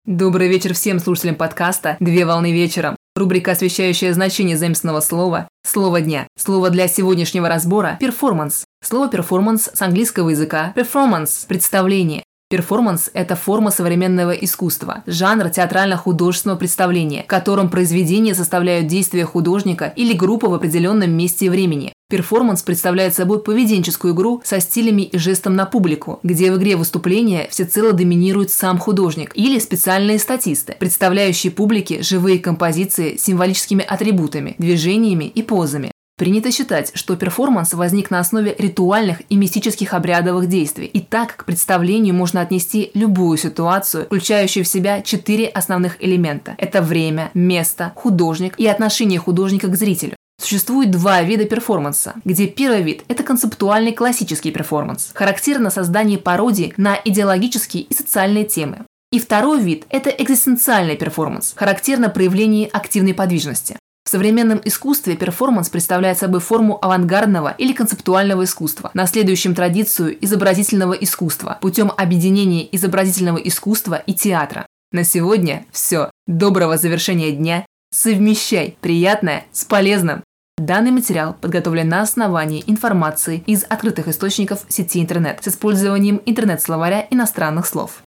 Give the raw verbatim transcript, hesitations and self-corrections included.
Добрый вечер всем слушателям подкаста «Две волны вечером». Рубрика, освещающая значение заимственного слова «Слово дня». Слово для сегодняшнего разбора – «перформанс». Слово «перформанс» с английского языка «performance» – «представление». Перформанс – это форма современного искусства, жанр театрально-художественного представления, в котором произведения составляют действия художника или группы в определенном месте и времени. Перформанс представляет собой поведенческую игру со стилями и жестом на публику, где в игре выступления всецело доминирует сам художник или специальные статисты, представляющие публике живые композиции с символическими атрибутами, движениями и позами. Принято считать, что перформанс возник на основе ритуальных и мистических обрядовых действий, и так к представлению можно отнести любую ситуацию, включающую в себя четыре основных элемента – это время, место, художник и отношение художника к зрителю. Существует два вида перформанса, где первый вид – это концептуальный классический перформанс, характерно создание пародий на идеологические и социальные темы. И второй вид – это экзистенциальный перформанс, характерно проявление активной подвижности. В современном искусстве перформанс представляет собой форму авангардного или концептуального искусства, наследующим традицию изобразительного искусства путем объединения изобразительного искусства и театра. На сегодня все. Доброго завершения дня. Совмещай приятное с полезным. Данный материал подготовлен на основании информации из открытых источников сети интернет с использованием интернет-словаря иностранных слов.